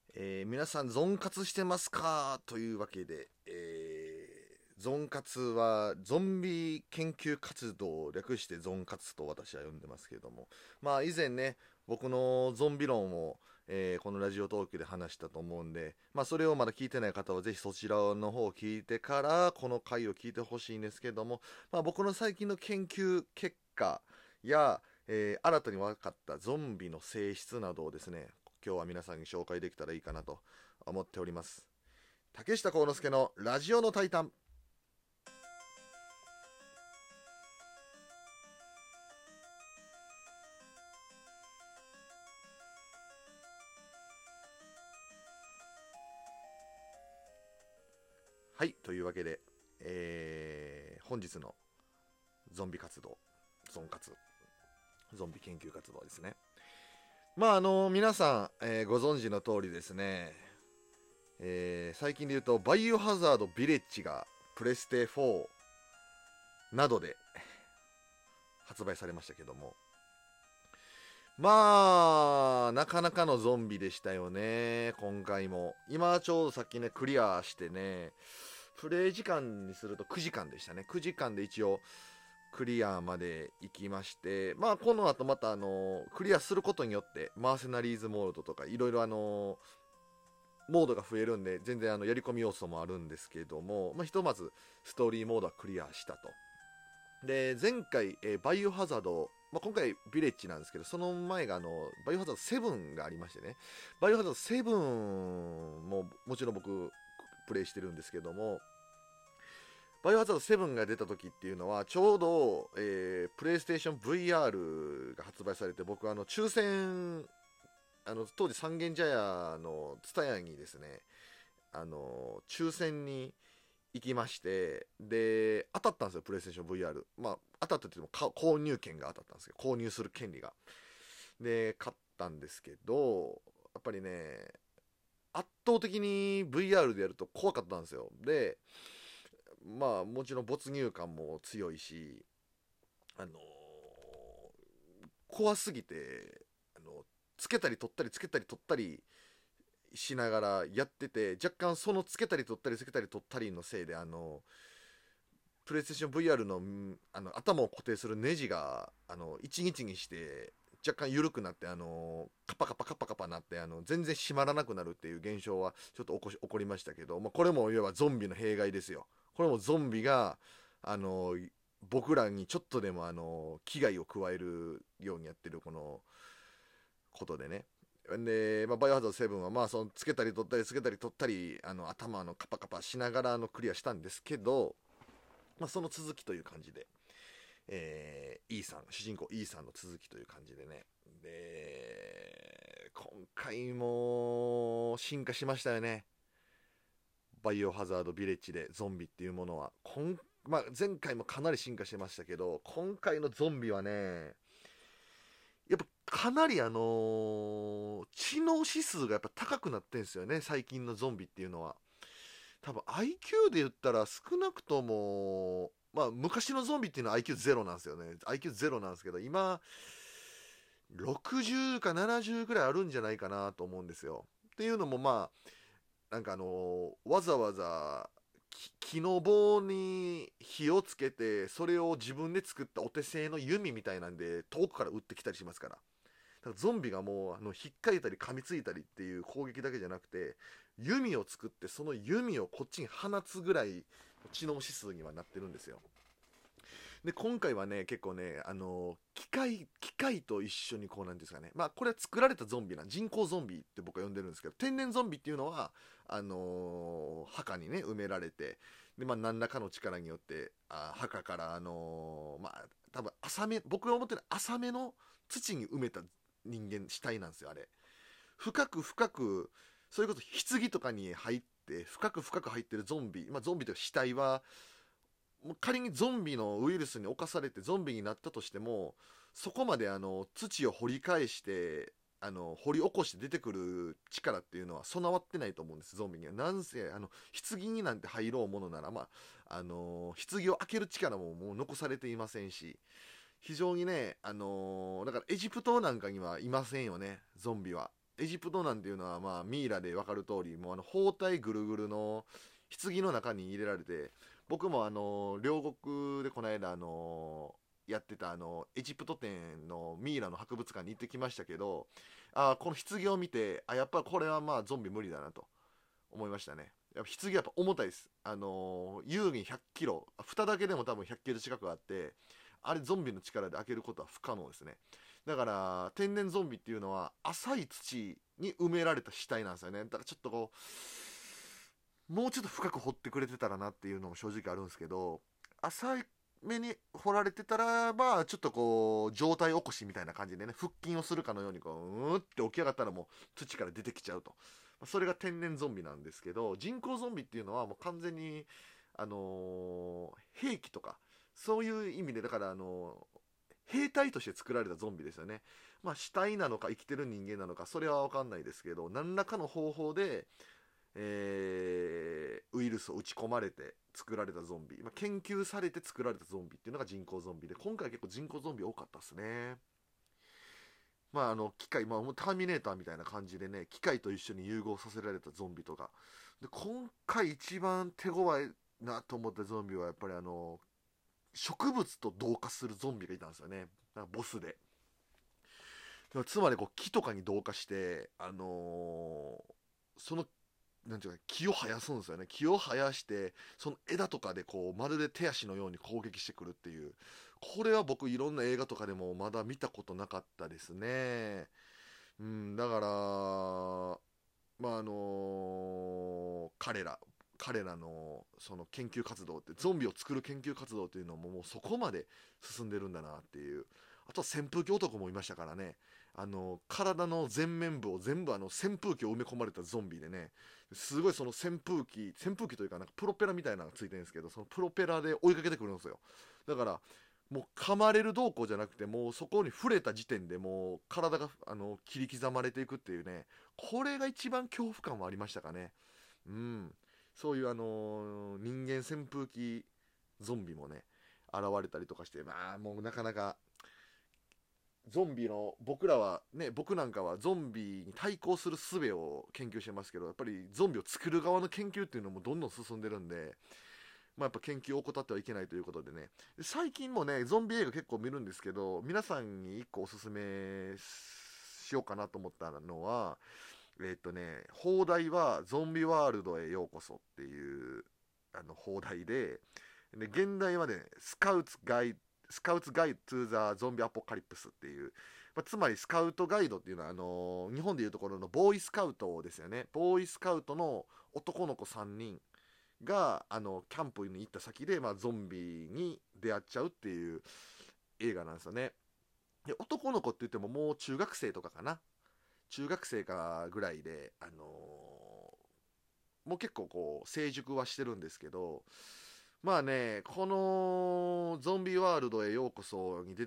皆さん、ゾン活してますかというわけで、ゾン活はゾンビ研究活動、略してゾン活と私は呼んでますけれども、まあ以前ね、僕のゾンビ論を、このラジオトークで話したと思うんで、まあそれをまだ聞いてない方はぜひそちらの方を聞いてからこの回を聞いてほしいんですけども、まあ僕の最近の研究結果や、新たに分かったゾンビの性質などをですね、今日は皆さんに紹介できたらいいかなと思っております。竹下幸之助のラジオのタイタン。はい、というわけで、本日のゾンビ活動、ゾン活、ゾンビ研究活動ですね。まあ皆さん、ご存知の通りですね、最近で言うとバイオハザードビレッジがプレステ4などで発売されましたけども、まあなかなかのゾンビでしたよね。今回も今ちょうどさっきねクリアしてね、プレイ時間にすると9時間でしたね。9時間で一応クリアまで行きまして、まあこの後またクリアすることによってマーセナリーズモードとかいろいろモードが増えるんで、全然やり込み要素もあるんですけども、まあ、ひとまずストーリーモードはクリアしたと。で前回、バイオハザード、まあ、今回ビレッジなんですけど、その前がバイオハザード7がありましてね、バイオハザード7ももちろん僕プレイしてるんですけども、バイオハザード7が出た時っていうのはちょうど、プレイステーション VR が発売されて、僕抽選、当時三軒茶屋の蔦屋にですね、抽選に行きまして、で当たったんですよ、プレイステーション VR。 まあ当たったって言っても購入権が当たったんですけど、購入する権利が、で買ったんですけど、やっぱりね圧倒的に VR でやると怖かったんですよ。でまあもちろん没入感も強いし、あの怖すぎて、つけたり取ったりつけたり取ったりしながらやってて、若干そのつけたり取ったりつけたり取ったりのせいでプレイステーション VR の頭を固定するネジが一日にして若干緩くなって、カパカパカパカパなって、全然閉まらなくなるっていう現象はちょっと起こりましたけど、まあ、これもいわばゾンビの弊害ですよ。これもゾンビがあの僕らにちょっとでも危害を加えるようにやってるこのことでね。で、まあ、バイオハザード7はまあそのつけたり取ったりつけたり取ったり頭カパカパしながらクリアしたんですけど、まあ、その続きという感じで、E さん、主人公 E さんの続きという感じでね。で、今回も進化しましたよね。バイオハザードビレッジでゾンビっていうものは。まあ、前回もかなり進化してましたけど、今回のゾンビはね、やっぱかなり知能指数がやっぱ高くなってんですよね、最近のゾンビっていうのは。多分 IQ で言ったら少なくとも、まあ昔のゾンビっていうのは IQ0 なんですよね。IQ0 なんですけど、今60か70ぐらいあるんじゃないかなと思うんですよ。っていうのもまあなんかわざわざ木の棒に火をつけて、それを自分で作ったお手製の弓みたいなんで遠くから撃ってきたりしますから。だからゾンビがもう引っかいたり噛みついたりっていう攻撃だけじゃなくて、弓を作ってその弓をこっちに放つぐらい知能指数にはなってるんですよ。で今回はね結構ね機械と一緒にこうなんですかね、まあこれは作られたゾンビ人工ゾンビって僕は呼んでるんですけど、天然ゾンビっていうのは墓にね埋められて、でまあ何らかの力によって墓からまあ多分僕が思ってる浅めの土に埋めた人間死体なんですよ、あれ。深く深く、それこそ棺とかに入って深く深く入ってるゾンビ、まあゾンビというか死体は、もう仮にゾンビのウイルスに侵されてゾンビになったとしても、そこまで土を掘り返して掘り起こして出てくる力っていうのは備わってないと思うんです、ゾンビには。なんせ棺になんて入ろうものなら、まあ棺を開ける力ももう残されていませんし、非常にねだからエジプトなんかにはいませんよね、ゾンビは。 エジプトなんていうのは、まあ、ミイラで分かる通り、もう包帯ぐるぐるの棺の中に入れられて、僕も両国でこの間やってたエジプト展のミイラの博物館に行ってきましたけど、この棺を見て、やっぱこれはまあゾンビ無理だなと思いましたね。やっぱ棺やっぱ重たいです。優に100キロ、蓋だけでも多分100キロ近くあって、あれゾンビの力で開けることは不可能ですね。だから天然ゾンビっていうのは浅い土に埋められた死体なんですよね。だからちょっとこう、もうちょっと深く掘ってくれてたらなっていうのも正直あるんですけど、浅い目に掘られてたら、まあちょっとこう状態起こしみたいな感じでね、腹筋をするかのようにこうって起き上がったらもう土から出てきちゃうと。それが天然ゾンビなんですけど、人工ゾンビっていうのはもう完全に兵器とかそういう意味で、だから兵隊として作られたゾンビですよね。まあ死体なのか生きてる人間なのかそれは分かんないですけど、何らかの方法で、ウイルスを打ち込まれて作られたゾンビ、まあ、研究されて作られたゾンビっていうのが人工ゾンビで、今回結構人工ゾンビ多かったですね。まあ機械、まあターミネーターみたいな感じでね、機械と一緒に融合させられたゾンビとかで、今回一番手強いなと思ったゾンビはやっぱり植物と同化するゾンビがいたんですよね。なんかボスで。つまりこう木とかに同化して、そのなんていうか木を生やすんですよね。木を生やしてその枝とかでこうまるで手足のように攻撃してくるっていう、これは僕いろんな映画とかでもまだ見たことなかったですね。うん、だからまあ彼らのその研究活動って、ゾンビを作る研究活動というのももうそこまで進んでるんだなっていう。あとは扇風機男もいましたからね。体の前面部を全部扇風機を埋め込まれたゾンビでね、すごいその扇風機というかなんかプロペラみたいなのがついてるんですけど、そのプロペラで追いかけてくるんですよ。だからもう噛まれる動向じゃなくて、もうそこに触れた時点でもう体が切り刻まれていくっていうね、これが一番恐怖感はありましたかね。うん、そういう人間扇風機ゾンビもね現れたりとかして、まあもうなかなかゾンビの、僕なんかはゾンビに対抗する術を研究してますけど、やっぱりゾンビを作る側の研究っていうのもどんどん進んでるんで、まあ、やっぱ研究を怠ってはいけないということでね、最近もねゾンビ映画結構見るんですけど、皆さんに1個おすすめしようかなと思ったのは、放題はゾンビワールドへようこそっていう放題で、現代はねスカウツガイド・トゥ・ザ・ゾンビ・アポカリプスっていう、まあ、つまりスカウトガイドっていうのは日本でいうところのボーイスカウトですよね。ボーイスカウトの男の子3人がキャンプに行った先で、まあ、ゾンビに出会っちゃうっていう映画なんですよね。で男の子って言ってももう中学生とかかな、中学生かぐらいで、もう結構こう成熟はしてるんですけど、まあね、このゾンビワールドへようこそに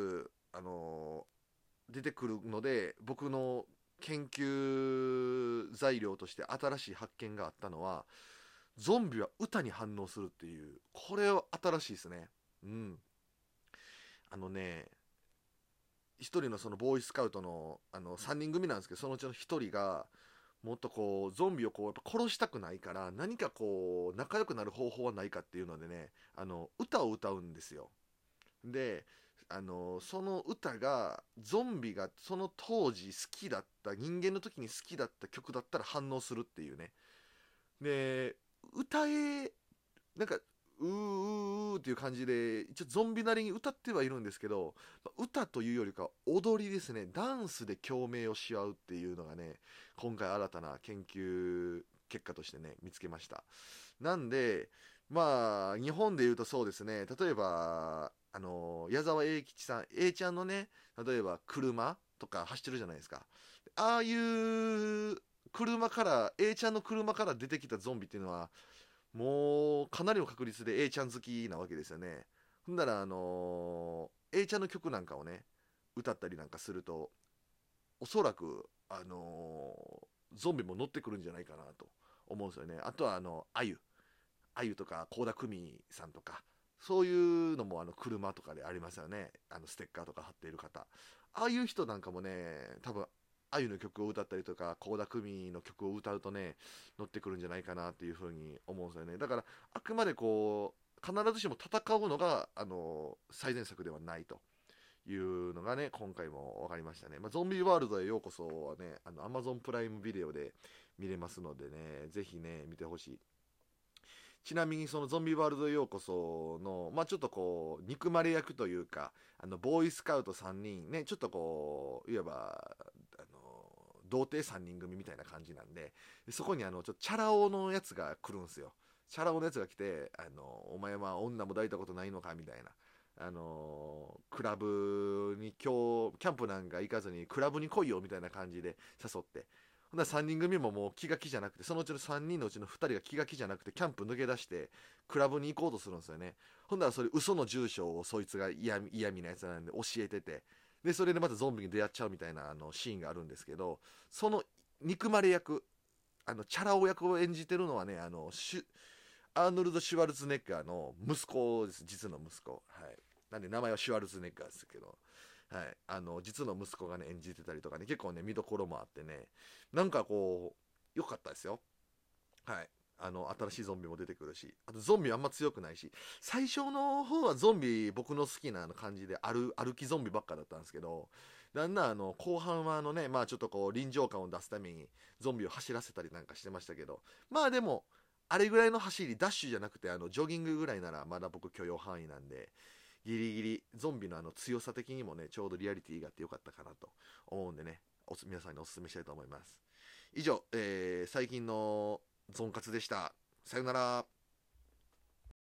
出てくるので、僕の研究材料として新しい発見があったのは、ゾンビは歌に反応するっていう、これは新しいですね。うん。あのね、一人のそのボーイスカウトの3人組なんですけど、そのうちの一人がもっとこうゾンビをこうやっぱ殺したくないから、何かこう仲良くなる方法はないかっていうのでね、歌を歌うんですよ。でその歌がゾンビがその当時好きだった、人間の時に好きだった曲だったら反応するっていうね。で歌えなんかうーっていう感じで一応ゾンビなりに歌ってはいるんですけど、歌というよりか踊りですね、ダンスで共鳴をし合うっていうのがね、今回新たな研究結果としてね見つけました。なんでまあ日本でいうとそうですね、例えば矢沢永吉さん A ちゃんのね、例えば車とか走ってるじゃないですか。ああいう車から A ちゃんの車から出てきたゾンビっていうのはもうかなりの確率で A ちゃん好きなわけですよね。ほんならA ちゃんの曲なんかをね歌ったりなんかすると、おそらくゾンビも乗ってくるんじゃないかなと思うんですよね。あとはあゆとか倖田來未さんとか、そういうのも車とかでありますよね。ステッカーとか貼っている方、ああいう人なんかもね多分あゆの曲を歌ったりとか倖田來未の曲を歌うとね乗ってくるんじゃないかなっていうふうに思うんですよね。だからあくまでこう必ずしも戦うのが最善策ではないというのがね今回も分かりましたね。ゾンビワールドへようこそはねAmazon プライムビデオで見れますのでね、ぜひね見てほしい。ちなみにそのゾンビワールドへようこその、ちょっとこう憎まれ役というかボーイスカウト3人ね、ちょっとこういわば童貞3人組みたいな感じなんで、そこにちょっとチャラ男のやつが来るんですよ。チャラ男のやつが来てお前は女も抱いたことないのかみたいな、クラブに今日キャンプなんか行かずにクラブに来いよみたいな感じで誘って、ほんなら3人組ももう気が気じゃなくて、そのうちの3人のうちの2人が気が気じゃなくてキャンプ抜け出してクラブに行こうとするんですよね。ほんならそれ嘘の住所をそいつが嫌味なやつなんで教えてて、でそれでまたゾンビに出会っちゃうみたいなシーンがあるんですけど、その憎まれ役チャラ男役を演じてるのはねアーノルド・シュワルツェネッガーの息子です。実の息子。はい。なんで名前はシュワルツェネッガーですけど、はい。実の息子がね、演じてたりとかね、結構ね、見どころもあってね、なんかこう、良かったですよ。はい。新しいゾンビも出てくるし、あとゾンビあんま強くないし、最初の方はゾンビ、僕の好きな感じで歩きゾンビばっかだったんですけど、だんだん後半はね、ちょっとこう臨場感を出すためにゾンビを走らせたりなんかしてましたけど、でも、あれぐらいの走り、ダッシュじゃなくてジョギングぐらいならまだ僕許容範囲なんで、ギリギリゾンビの強さ的にもね、ちょうどリアリティがあってよかったかなと思うんでね、皆さんにお勧めしたいと思います。以上、最近のゾン活でした。さよなら。